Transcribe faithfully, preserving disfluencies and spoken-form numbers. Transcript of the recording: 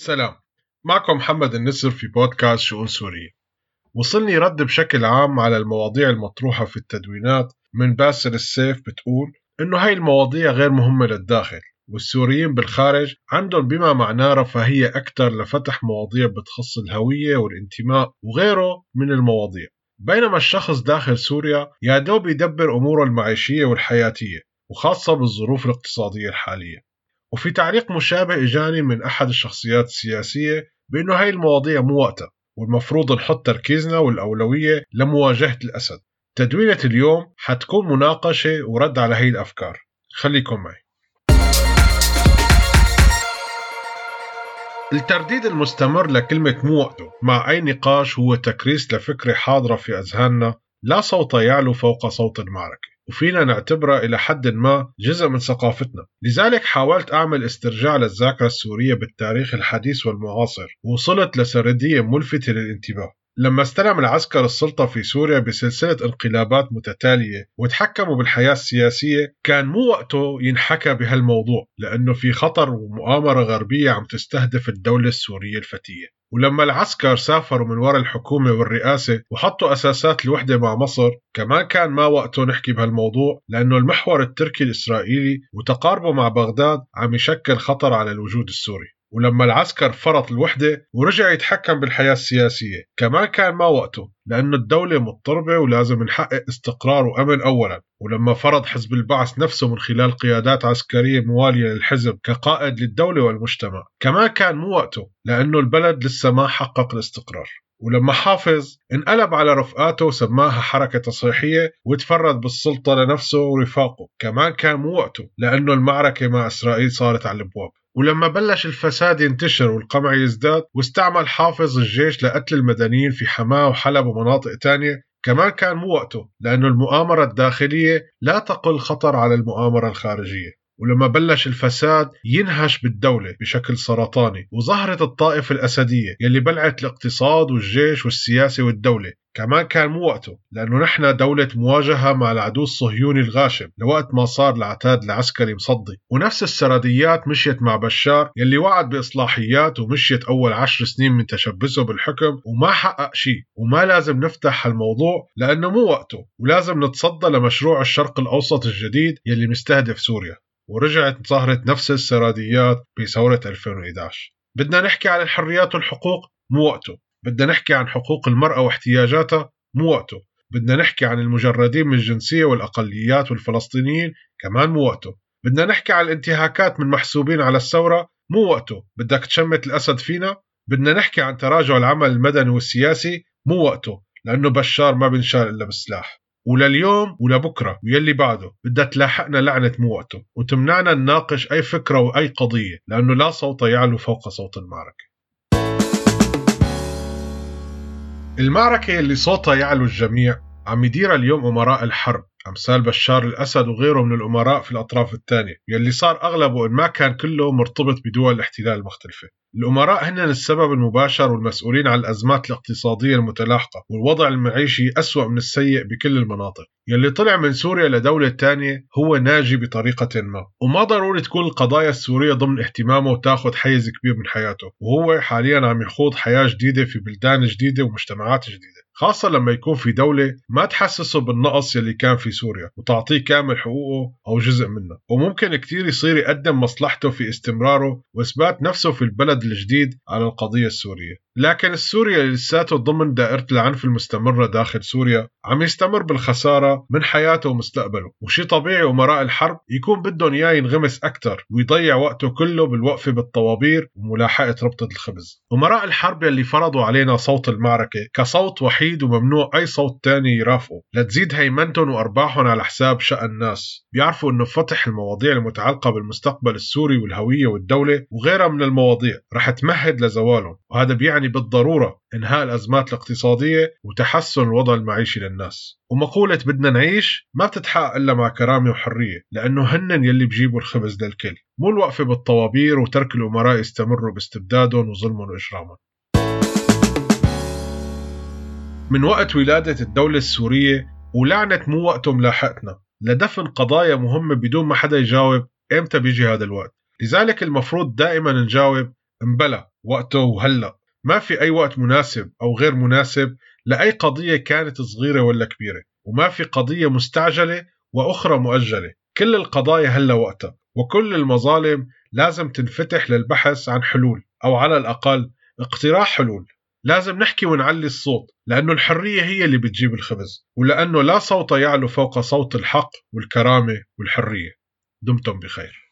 سلام، معكم محمد النسر في بودكاست شؤون سورية. وصلني رد بشكل عام على المواضيع المطروحة في التدوينات من باسل السيف بتقول إنه هاي المواضيع غير مهمة للداخل، والسوريين بالخارج عندهم بما معناه رفاهية أكثر لفتح مواضيع بتخص الهوية والانتماء وغيره من المواضيع، بينما الشخص داخل سوريا يا دوب يدبر أموره المعيشية والحياتية، وخاصة بالظروف الاقتصادية الحالية. وفي تعليق مشابه إجاني من أحد الشخصيات السياسية بأنه هاي المواضيع مو وقتها، والمفروض نحط تركيزنا والأولوية لمواجهة الأسد. تدوينة اليوم حتكون مناقشة ورد على هاي الأفكار، خليكم معي. الترديد المستمر لكلمة مو وقته مع أي نقاش هو تكريس لفكرة حاضرة في أذهاننا لا صوت يعلو فوق صوت المعركة، وفينا نعتبرها إلى حد ما جزء من ثقافتنا. لذلك حاولت أعمل استرجاع للذاكرة السورية بالتاريخ الحديث والمعاصر، ووصلت لسردية ملفتة للانتباه. لما استلم العسكر السلطة في سوريا بسلسلة انقلابات متتالية وتحكموا بالحياة السياسية، كان مو وقته ينحكى بهالموضوع، لأنه في خطر ومؤامرة غربية عم تستهدف الدولة السورية الفتية. ولما العسكر سافروا من وراء الحكومة والرئاسة وحطوا أساسات الوحدة مع مصر، كمان كان ما وقته نحكي بهالموضوع، لأنه المحور التركي الإسرائيلي وتقاربه مع بغداد عم يشكل خطر على الوجود السوري. ولما العسكر فرط الوحدة ورجع يتحكم بالحياة السياسية، كمان كان ما وقته، لأنه الدولة مضطربة ولازم نحقق استقرار وأمن أولا. ولما فرض حزب البعث نفسه من خلال قيادات عسكرية موالية للحزب كقائد للدولة والمجتمع، كمان كان مو وقته، لأنه البلد لسه ما حقق الاستقرار. ولما حافظ انقلب على رفقاته وسماها حركة تصحيحية وتفرد بالسلطة لنفسه ورفاقه، كمان كان مو وقته، لأنه المعركة مع إسرائيل صارت على الابواب. ولما بلش الفساد ينتشر والقمع يزداد واستعمل حافظ الجيش لقتل المدنيين في حماة وحلب ومناطق تانية، كمان كان مو وقته، لأنه المؤامرة الداخلية لا تقل خطر على المؤامرة الخارجية. ولما بلش الفساد ينهش بالدولة بشكل سرطاني وظهرت الطائفة الأسدية يلي بلعت الاقتصاد والجيش والسياسة والدولة، كمان كان مو وقته، لأنه نحن دولة مواجهة مع العدو الصهيوني الغاشم لوقت ما صار العتاد العسكري مصدي. ونفس السرديات مشيت مع بشار يلي وعد بإصلاحيات ومشيت أول عشر سنين من تشبثه بالحكم وما حقق شيء. وما لازم نفتح هالموضوع لأنه مو وقته، ولازم نتصدى لمشروع الشرق الأوسط الجديد يلي مستهدف سوريا. ورجعت ظهرت نفس السراديات بثورة ألفين وإحدى عشر. بدنا نحكي عن الحريات والحقوق، مو وقته. بدنا نحكي عن حقوق المرأة واحتياجاتها، مو وقته. بدنا نحكي عن المجردين من الجنسية والأقليات والفلسطينيين، كمان مو وقته. بدنا نحكي عن الانتهاكات من محسوبين على الثورة، مو وقته. بدك تشمت الأسد فينا. بدنا نحكي عن تراجع العمل المدني والسياسي، مو وقته، لأنه بشار ما بنشال إلا بالسلاح. ولليوم ولبكرة ويلي بعده بدها تلاحقنا لعنة مو وقته وتمنعنا نناقش أي فكرة وأي قضية، لأنه لا صوت يعلو فوق صوت المعركة. المعركة اللي صوتها يعلو الجميع عم يدير اليوم أمراء الحرب أمثال بشار الأسد وغيره من الأمراء في الأطراف الثانية، يلي صار أغلبه إن ما كان كله مرتبط بدول الاحتلال المختلفة. الأمراء هن السبب المباشر والمسؤولين عن الأزمات الاقتصادية المتلاحقة والوضع المعيشي أسوأ من السيء بكل المناطق. يلي طلع من سوريا لدولة تانية هو ناجي بطريقة ما، وما ضروري تكون القضايا السورية ضمن اهتمامه وتاخد حيز كبير من حياته، وهو حاليا عم يخوض حياة جديدة في بلدان جديدة ومجتمعات جديدة، خاصة لما يكون في دولة ما تحسسه بالنقص يلي كان في سوريا وتعطيه كامل حقوقه أو جزء منه. وممكن كتير يصير يقدم مصلحته في استمراره وإثبات نفسه في البلد الجديد على القضية السورية. لكن السوريا اللي لساته ضمن دائرة العنف المستمرة داخل سوريا عم يستمر بالخسارة من حياته ومستقبله، وشي طبيعي أمراء الحرب يكون بدهم إياه ينغمس أكتر ويضيع وقته كله بالوقفة بالطوابير وملاحقة ربطة الخبز. أمراء الحرب اللي فرضوا علينا صوت المعركة كصوت وحيد وممنوع أي صوت تاني يرافقه لتزيد هيمنتهم وأرباحهم على حساب شأن الناس، بيعرفوا إنه فتح المواضيع المتعلقة بالمستقبل السوري والهوية والدولة وغيرها من المواضيع رح تمهد لزوالهم، وهذا بيعني بالضرورة إنهاء الأزمات الاقتصادية وتحسن الوضع المعيشي للناس. ومقولة بدنا نعيش ما بتتحقق إلا مع كرامة وحرية، لأنه هنن يلي بجيبوا الخبز للكل، مو الوقفة بالطوابير وترك الأمراء يستمروا باستبدادهم وظلمهم وإجرامهم. من وقت ولادة الدولة السورية ولعنة مو وقته ملاحقتنا لدفن قضايا مهمة بدون ما حدا يجاوب إمتى بيجي هذا الوقت. لذلك المفروض دائما نجاوب مبلا وقته وهلأ. ما في أي وقت مناسب أو غير مناسب لأي قضية كانت صغيرة ولا كبيرة، وما في قضية مستعجلة وأخرى مؤجلة. كل القضايا هلأ وقتها، وكل المظالم لازم تنفتح للبحث عن حلول، أو على الأقل اقتراح حلول. لازم نحكي ونعلي الصوت، لأنه الحرية هي اللي بتجيب الخبز، ولأنه لا صوت يعلو فوق صوت الحق والكرامة والحرية. دمتم بخير.